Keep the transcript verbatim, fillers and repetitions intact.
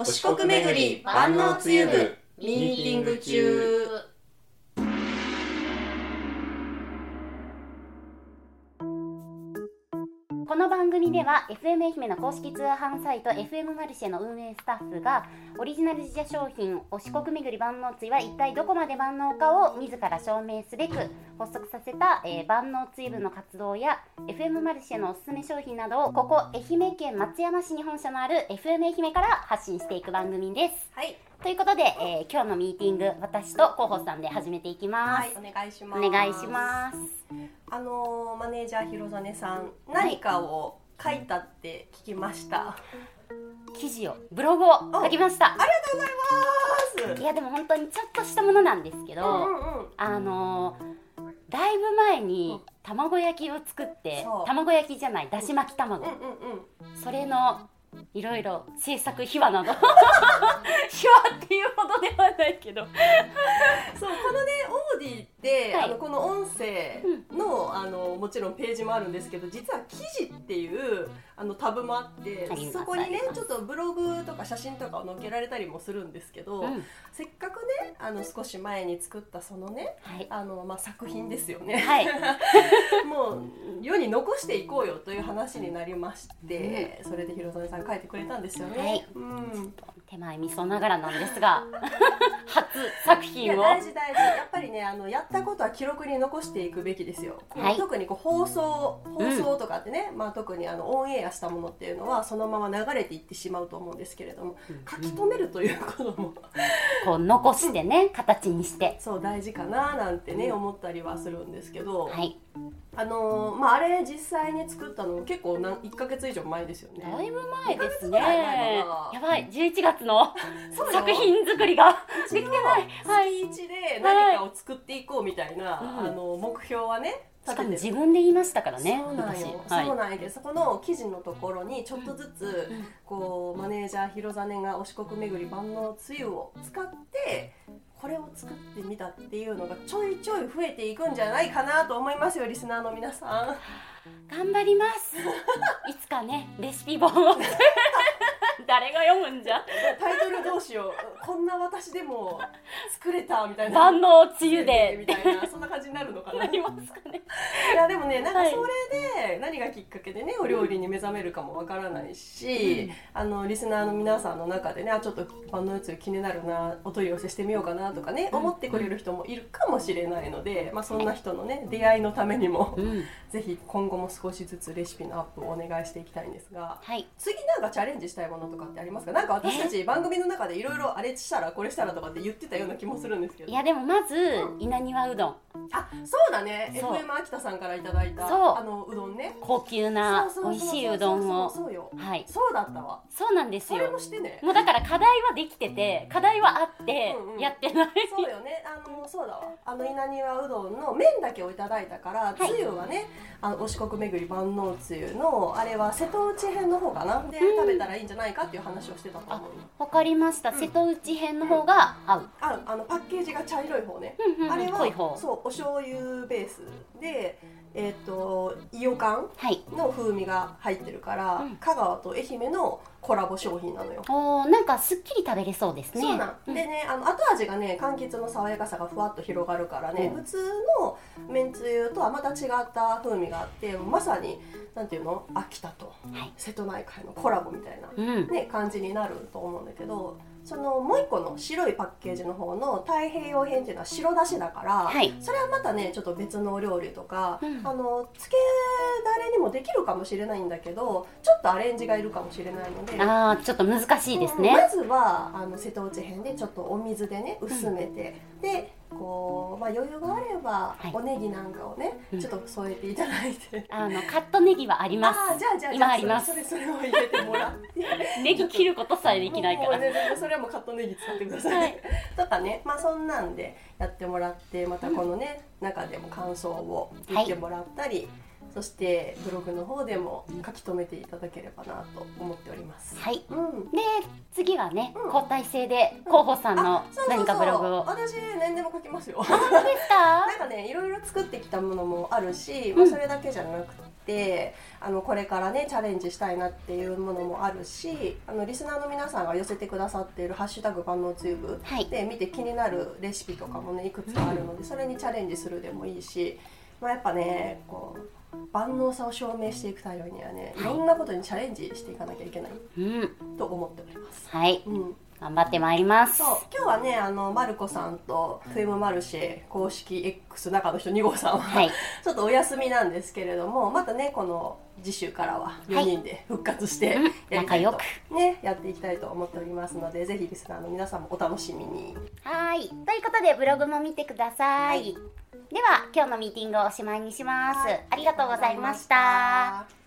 四国巡り万能つゆ部ミーティング中。 この番組では エフエム 愛媛の公式通販サイト エフエム マルシェの運営スタッフがオリジナル自社商品お四国巡り万能つゆは一体どこまで万能かを自ら証明すべく発足させた、えー、万能つゆ部の活動や エフエム マルシェのおすすめ商品などをここ愛媛県松山市に本社のある エフエム 愛媛から発信していく番組です。 はい。 ということで、えー、今日のミーティング私と広報さんで始めていきます。 はい、お願いします。 お願いします。 あのー、マネージャー広実さん、何かを書いたって聞きました。 記事をブログを書きました。 ありがとうございます。 いやでも本当にちょっとしたものなんですけど、 うんうんうん、 あのー、だいぶ前に卵焼きを作って、うん、卵焼きじゃないだし巻き卵、うんうんうん、それのいろいろ制作秘話など秘話っていうほどではないけどそうこのねオーディって、はい、あのこの音声の、うん、あのもちろんページもあるんですけど実は記事っていうあのタブもあってそこにねちょっとブログとか写真とかを載っけられたりもするんですけど、うん、せっかくねあの少し前に作ったそのね、はい、あのまあ、作品ですよね、はい、もう世に残していこうよという話になりまして、うん、それで広実さん書いてくれたんですよね、はいうん、 手前味噌ながらなんですが初作品をいや大事大事やっぱりねあのやったことは記録に残していくべきですよ、はい、特にこう放送放送とかってね、うんまあ、特にあのオンエアしたものっていうのはそのまま流れていってしまうと思うんですけれども、うん、書き留めるということもこう残してね、うん、形にしてそう大事かななんてね、うん、思ったりはするんですけど、はいあのーまあ、あれ実際に作ったの結構ないっかげつ以上前ですよね。 だいぶ前ですね。やばいじゅういちがつの作品作りができてない。 月いちで何かを作っていこうみたいな、はい、あの目標はねしかも自分で言いましたからね。 そうなんよ、はい、そうなんです。そこの記事のところにちょっとずつ、うん、こうマネージャー広実がお四国巡り万能つゆを使ってこれを作ってみたっていうのがちょいちょい増えていくんじゃないかなと思いますよリスナーの皆さん。 頑張りますいつかねレシピ本を誰が読むんじゃタイトルどうしようこんな私でも作れたみたいな万能つゆでみたいなそんな感じになるのかななりますかね。 いやでもねなんかそれで何がきっかけでねお料理に目覚めるかもわからないし、うん、あのリスナーの皆さんの中でねあちょっと万能つゆ気になるなお取り寄せしてみようかなとかね、うん、思ってくれる人もいるかもしれないので、まあ、そんな人のね出会いのためにも、うん、ぜひ今後も少しずつレシピのアップをお願いしていきたいんですが、はい、次なんかチャレンジしたいものとかってありますか？なんか私たち番組の中でいろいろあれしたらこれしたらとかって言ってたような気もするんですけど。 いやでもまず、うん、稲庭うどんあそうだね エフエム 秋田さんからいただいたあのうどんね高級な美味しいうどんをそうよ、 はい、 そうだったわそうなんですよ。 それもしてねもうだから課題はできてて課題はあってやってない、うんうん、 そうよねあのそうだわあの稲庭うどんの麺だけをいただいたから、はい、つゆはねあのお四国巡り万能つゆのあれは瀬戸内編の方かなで、うん、食べたらいいんじゃないかっていう話をしてたと思う。 わかりました、うん、瀬戸内編の方が合う、 うん、合うあのパッケージが茶色い方ね、うんうんうん、あれは濃い方そうお醤油ベースでえー、と伊予柑の風味が入ってるから、はい、香川と愛媛のコラボ商品なのよ。 おなんかすっきり食べれそうですね。 そうなん、うん、でねあの後味がね柑橘の爽やかさがふわっと広がるからね、うん、普通のめんつゆとはまた違った風味があってまさになんていうの秋田と瀬戸内海のコラボみたいな、はいね、感じになると思うんだけどそのもう一個の白いパッケージの方の太平洋編っていうのは白だしだから、はい、それはまたねちょっと別のお料理とか、うん、あのつけだれにもできるかもしれないんだけどちょっとアレンジがいるかもしれないのであちょっと難しいですね、 うん、まずはあの瀬戸内編でちょっとお水でね薄めて、うん、でこう、まあ、余裕があれば、はい、おネギなんかをね、うん、ちょっと添えていただいてあのカットネギはあります。 あじゃあじゃあ今あります。 それそれを入れてもらってネギ切ることさえできないからもう、ね、それはもうカットネギ使ってください、はい、とかねまあそんなんでやってもらってまたこのね、うん、中でも感想を言ってもらったり、はいそしてブログの方でも書き留めていただければなと思っております。 はい。うん、で次はね、うん、交代制で広報さんの何かブログを。 うん、そうそうそう私何でも書きますよ。 あ、そうですか？ なんかねいろいろ作ってきたものもあるし、うん、まあ、それだけじゃなくて、あのこれからねチャレンジしたいなっていうものもあるし、あのリスナーの皆さんが寄せてくださっているハッシュタグ万能つゆ部で見て気になるレシピとかもねいくつかあるので、それにチャレンジするでもいいし、まあ、やっぱねこう万能さを証明していくためにはね、いろんなことにチャレンジしていかなきゃいけない、うん、と思っております。 はい、 うん、 頑張ってまいります。 そう今日はねあのマルコさんとフェムマルシェ公式 X 中の人に号さんは、はい、ちょっとお休みなんですけれども、またねこの次週からはよにんで復活してやりたいと、ね、やっていきたいと思っておりますので、ぜひリスナーの皆さんもお楽しみに。 はい、ということでブログも見てください。はい、では今日のミーティングをおしまいにします。はい、ありがとうございました。